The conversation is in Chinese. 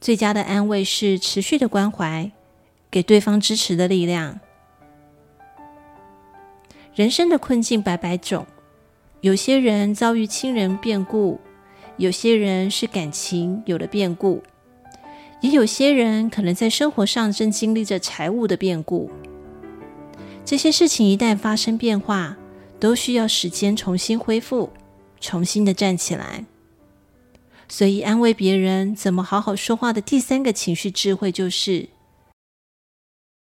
最佳的安慰是持续的关怀，给对方支持的力量。人生的困境百百种，有些人遭遇亲人变故，有些人是感情有了变故，也有些人可能在生活上正经历着财务的变故。这些事情一旦发生变化，都需要时间重新恢复，重新的站起来。所以安慰别人怎么好好说话的第三个情绪智慧就是